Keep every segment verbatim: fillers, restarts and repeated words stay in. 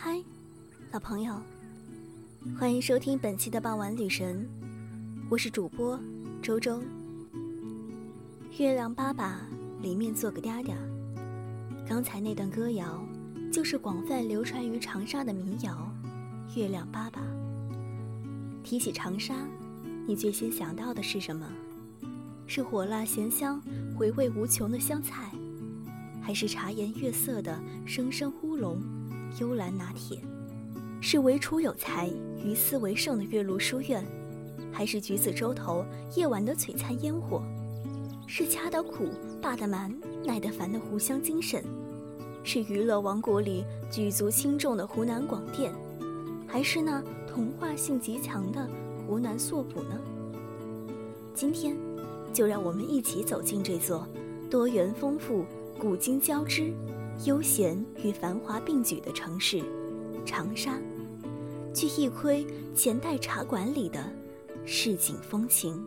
嗨，老朋友，欢迎收听本期的傍晚旅神，我是主播周周。月亮粑粑里面做个嗲嗲，刚才那段歌谣就是广泛流传于长沙的民谣《月亮粑粑》。提起长沙，你最先想到的是什么？是火辣咸香、回味无穷的湘菜，还是茶颜悦色的生生乌龙、幽兰拿铁？是唯楚有才、于斯为盛的岳麓书院，还是橘子洲头夜晚的璀璨烟火？是掐得苦、罢得蛮、耐得烦的湖湘精神？是娱乐王国里举足轻重的湖南广电，还是那童话性极强的湖南硕普呢？今天就让我们一起走进这座多元丰富、古今交织、悠闲与繁华并举的城市长沙，去一窥前代茶馆里的市井风情。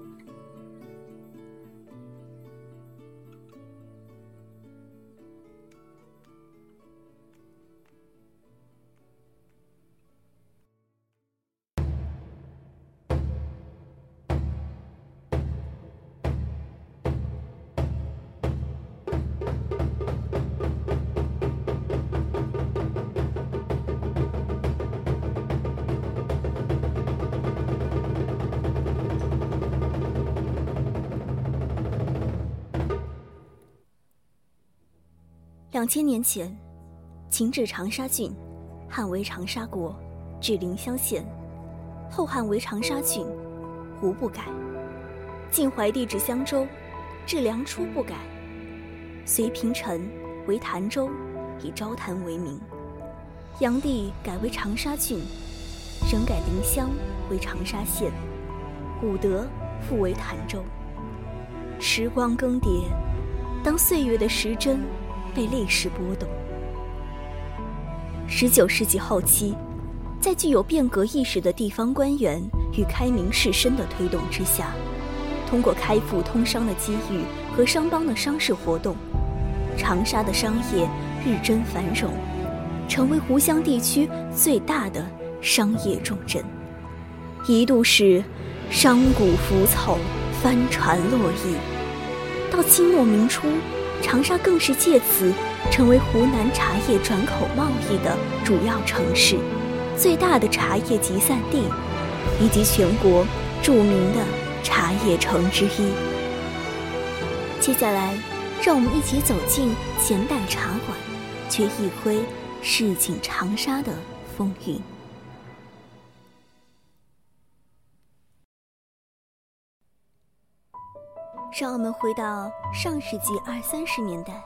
两千年前，秦至长沙郡，汉为长沙国，至临湘县，后汉为长沙郡，胡不改。晋怀帝至襄州，至良初不改。隋平陈为潭州，以昭潭为名。炀帝改为长沙郡，仍改临湘为长沙县。武德复为潭州。时光更迭，当岁月的时针被历史波动。十九世纪后期，在具有变革意识的地方官员与开明士绅的推动之下，通过开埠通商的机遇和商帮的商事活动，长沙的商业日臻繁荣，成为湖湘地区最大的商业重镇，一度是商贾浮凑，帆船络绎。到清末明初，长沙更是借此成为湖南茶叶转口贸易的主要城市，最大的茶叶集散地，以及全国著名的茶叶城之一。接下来，让我们一起走进前代茶馆，去一窥市井长沙的风韵。让我们回到上世纪二三十年代，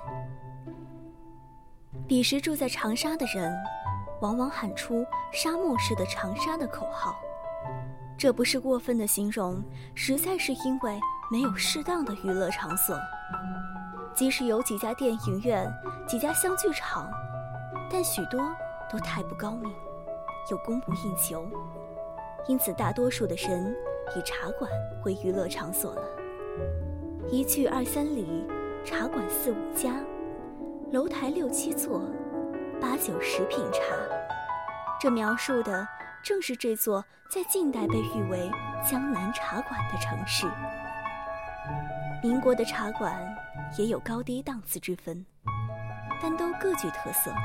彼时住在长沙的人往往喊出沙漠式的长沙的口号，这不是过分的形容，实在是因为没有适当的娱乐场所。即使有几家电影院、几家湘剧场，但许多都太不高明，又供不应求，因此大多数的人以茶馆为娱乐场所了。一去二三里，茶馆四五家，楼台六七座，八九十品茶。这描述的正是这座在近代被誉为江南茶馆的城市。民国的茶馆也有高低档次之分，但都各具特色。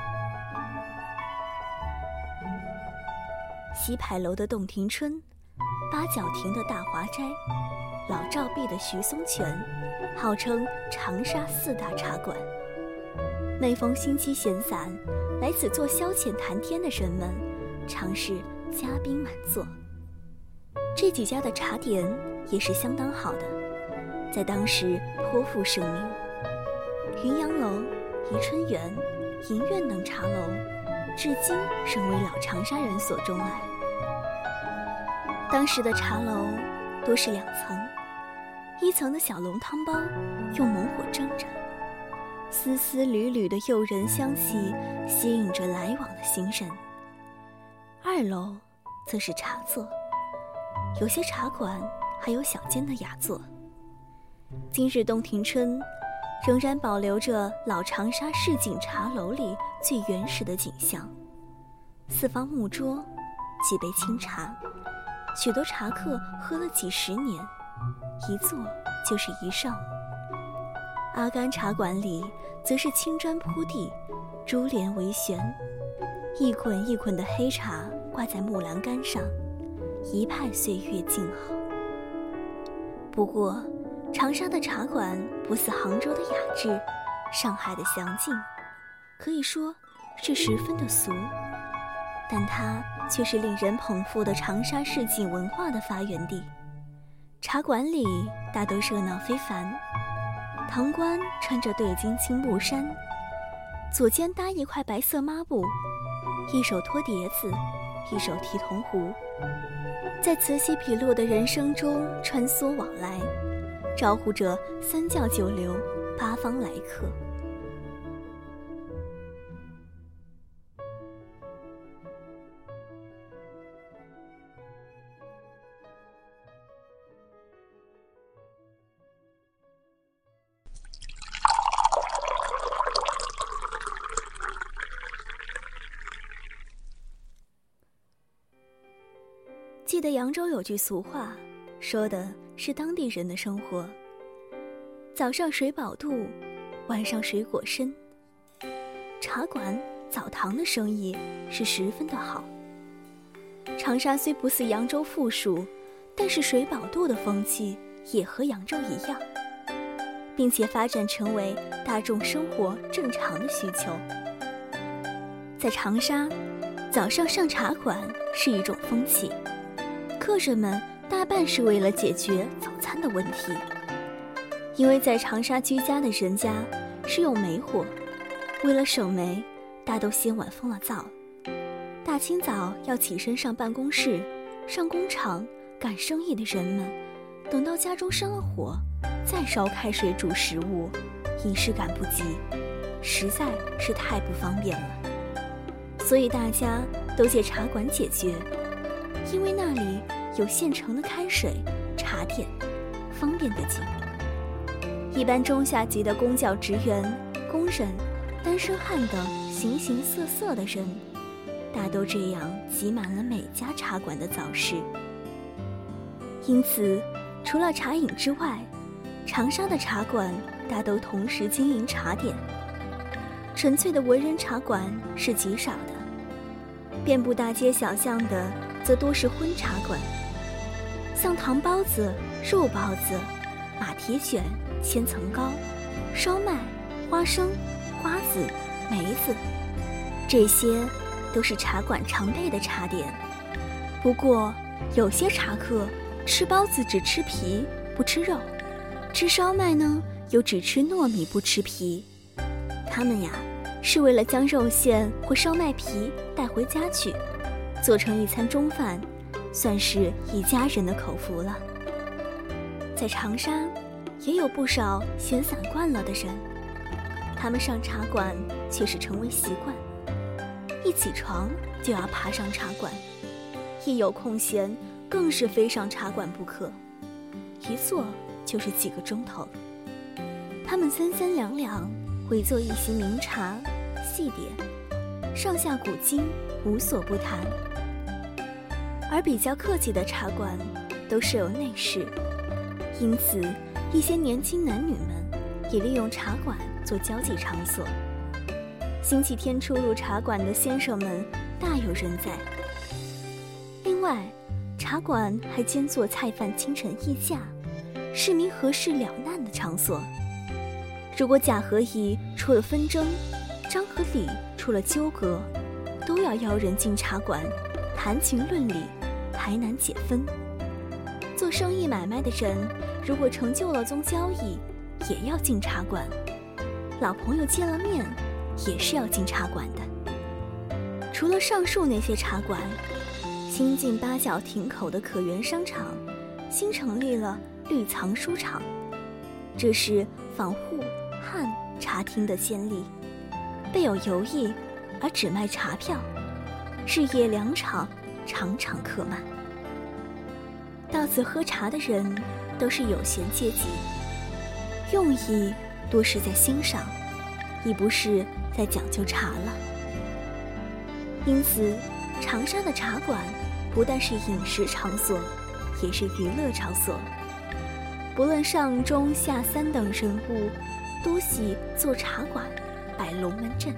西牌楼的洞庭春，八角亭的大华斋，老照壁的徐松泉，号称长沙四大茶馆。每逢星期闲散，来此做消遣谈天的人们，常是嘉宾满座。这几家的茶点也是相当好的，在当时颇负盛名。云阳楼、宜春园、银苑等茶楼，至今仍为老长沙人所钟爱。当时的茶楼多是两层，一层的小笼汤包用猛火蒸着，丝丝缕缕的诱人香气吸引着来往的行人。二楼则是茶座，有些茶馆还有小间的雅座。今日洞庭春仍然保留着老长沙市井茶楼里最原始的景象， 四方木桌，几杯清茶，许多茶客喝了几十年，一坐就是一上午。阿甘茶馆里则是青砖铺地，珠帘围悬，一捆一捆的黑茶挂在木栏杆上，一派岁月静好。不过长沙的茶馆不似杭州的雅致，上海的详尽，可以说是十分的俗，但它却是令人捧腹的长沙市井文化的发源地。茶馆里大都热闹非凡，堂倌穿着对襟青布衫，左肩搭一块白色抹布，一手托碟子，一手提铜壶，在此起彼落的人生中穿梭往来，招呼着三教九流八方来客。记得扬州有句俗话，说的是当地人的生活：早上水饱肚，晚上水果参。茶馆、澡堂的生意是十分的好。长沙虽不似扬州富庶，但是水饱肚的风气也和扬州一样，并且发展成为大众生活正常的需求。在长沙，早上上茶馆是一种风气，客人们大半是为了解决早餐的问题。因为在长沙居家的人家是用煤火，为了省煤，大都先晚封了灶，大清早要起身上办公室、上工厂干生意的人们，等到家中生了火，再烧开水煮食物，一时赶不及，实在是太不方便了。所以大家都借茶馆解决，因为那里有现成的开水、茶点，方便得紧。一般中下级的公教职员、工人、单身汉等形形色色的人，大都这样挤满了每家茶馆的早市。因此，除了茶饮之外，长沙的茶馆大都同时经营茶点。纯粹的文人茶馆是极少的，遍布大街小巷的则多是荤茶馆，像糖包子、肉包子、马蹄卷、千层糕、烧麦、花生、瓜子、梅子，这些都是茶馆常备的茶点。不过有些茶客吃包子只吃皮不吃肉，吃烧麦呢又只吃糯米不吃皮。他们呀是为了将肉馅或烧麦皮带回家去，做成一餐中饭，算是一家人的口福了。在长沙也有不少闲散惯了的人，他们上茶馆却是成为习惯，一起床就要爬上茶馆，一有空闲更是非上茶馆不可，一坐就是几个钟头。他们三三两两围坐一席名茶细点，上下古今无所不谈。而比较客气的茶馆都设有内饰，因此一些年轻男女们也利用茶馆做交际场所。星期天出入茶馆的先生们大有人在。另外，茶馆还兼做菜饭清晨议价、市民和事了难的场所。如果甲和乙出了纷争，张和李出了纠葛，都要邀人进茶馆谈情论理，排难解纷。做生意买卖的人如果成就了宗交易，也要进茶馆。老朋友见了面也是要进茶馆的。除了上述那些茶馆，新近八角亭口的可园商场新成立了绿藏书场，这是仿沪汉茶厅的先例，备有游艺而只卖茶票，日夜两场，场场客满。到此喝茶的人都是有闲阶级，用意多是在欣赏，亦不是在讲究茶了。因此长沙的茶馆不但是饮食场所，也是娱乐场所。不论上中下三等人物，都喜坐茶馆摆龙门阵。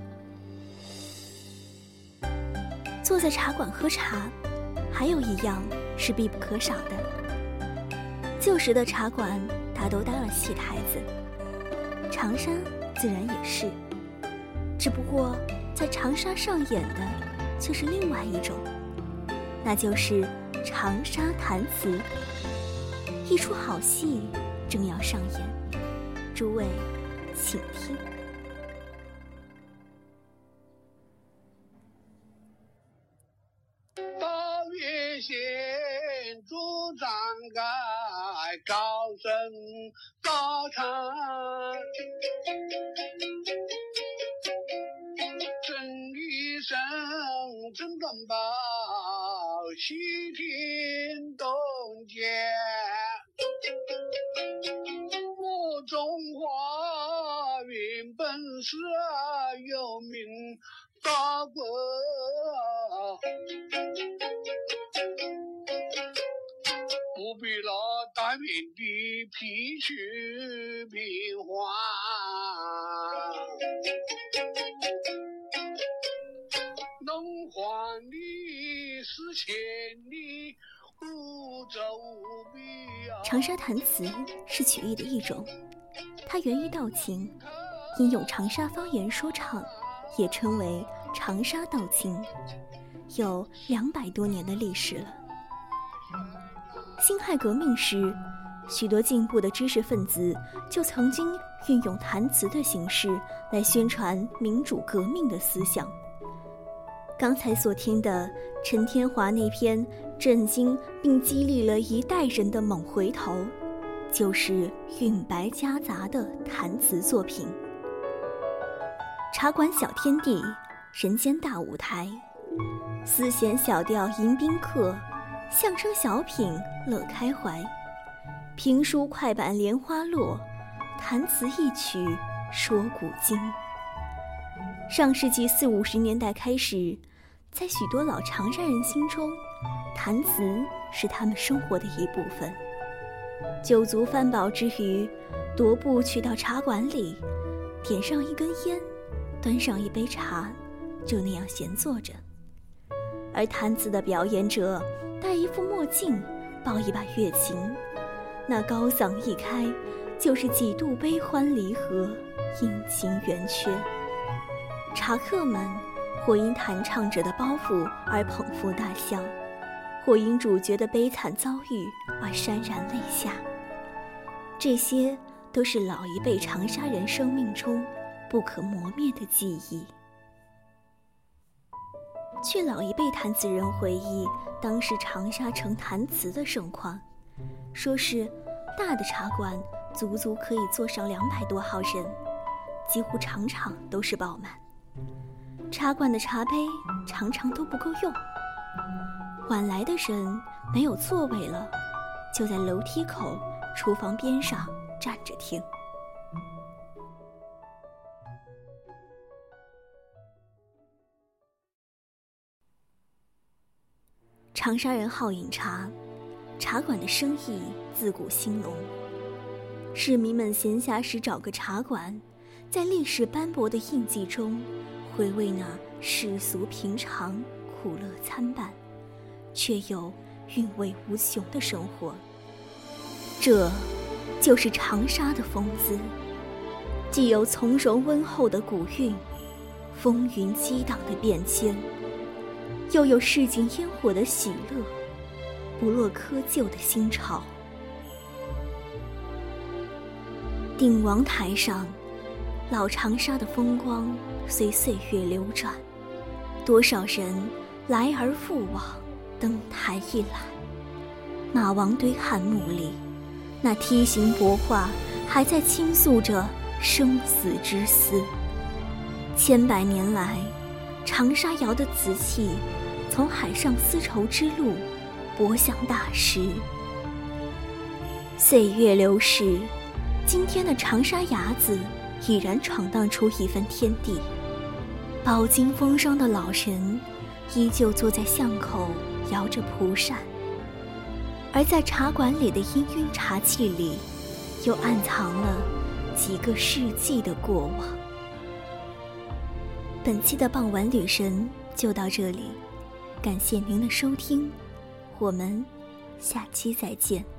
坐在茶馆喝茶，还有一样是必不可少的。旧时的茶馆大都搭了戏台子，长沙自然也是，只不过在长沙上演的却是另外一种，那就是长沙弹词。一出好戏正要上演，诸位请听。 道月县主张改高声高唱，真一声真断报，喜听东间。我中华云本是有名大国，不必了大明的皮去平花，能还你是千里孤舟无比啊。 长沙弹词是曲艺的一种，它源于道情，因用长沙方言说唱，也称为长沙道情，有两百多年的历史了。辛亥革命时，许多进步的知识分子就曾经运用弹词的形式来宣传民主革命的思想。刚才所听的陈天华那篇震惊并激励了一代人的猛回头，就是韵白夹杂的弹词作品。茶馆小天地，人间大舞台，丝弦小调迎宾客，相声小品乐开怀，评书快板莲花落，弹词一曲说古今。上世纪四五十年代开始，在许多老长沙人心中，弹词是他们生活的一部分。酒足饭饱之余，踱步去到茶馆里，点上一根烟，端上一杯茶，就那样闲坐着。而弹词的表演者戴一副墨镜，抱一把乐琴，那高嗓一开，就是几度悲欢离合，阴晴圆缺。茶客们或因弹唱者的包袱而捧腹大笑，或因主角的悲惨遭遇而潸然泪下。这些都是老一辈长沙人生命中不可磨灭的记忆。据老一辈弹词人回忆，当时长沙城弹词的盛况，说是大的茶馆足足可以坐上两百多号人，几乎场场都是爆满。茶馆的茶杯常常都不够用，晚来的人没有座位了，就在楼梯口、厨房边上站着听。长沙人好饮茶，茶馆的生意自古兴隆。市民们闲暇时找个茶馆，在历史斑驳的印记中回味那世俗平常、苦乐参半，却又韵味无穷的生活。这就是长沙的风姿，既有从容温厚的古韵，风云激荡的变迁，又有市井烟火的喜乐，不落窠臼的新潮。鼎王台上，老长沙的风光随岁月流转，多少人来而复往，登台一览。马王堆汉墓里，那梯形帛画还在倾诉着生死之思。千百年来，长沙窑的瓷器从海上丝绸之路泊向大师。岁月流逝，今天的长沙牙子已然闯荡出一番天地。饱经风霜的老人依旧坐在巷口摇着蒲扇，而在茶馆里的氤氲茶气里，又暗藏了几个世纪的过往。本期的傍晚旅神就到这里，感谢您的收听，我们下期再见。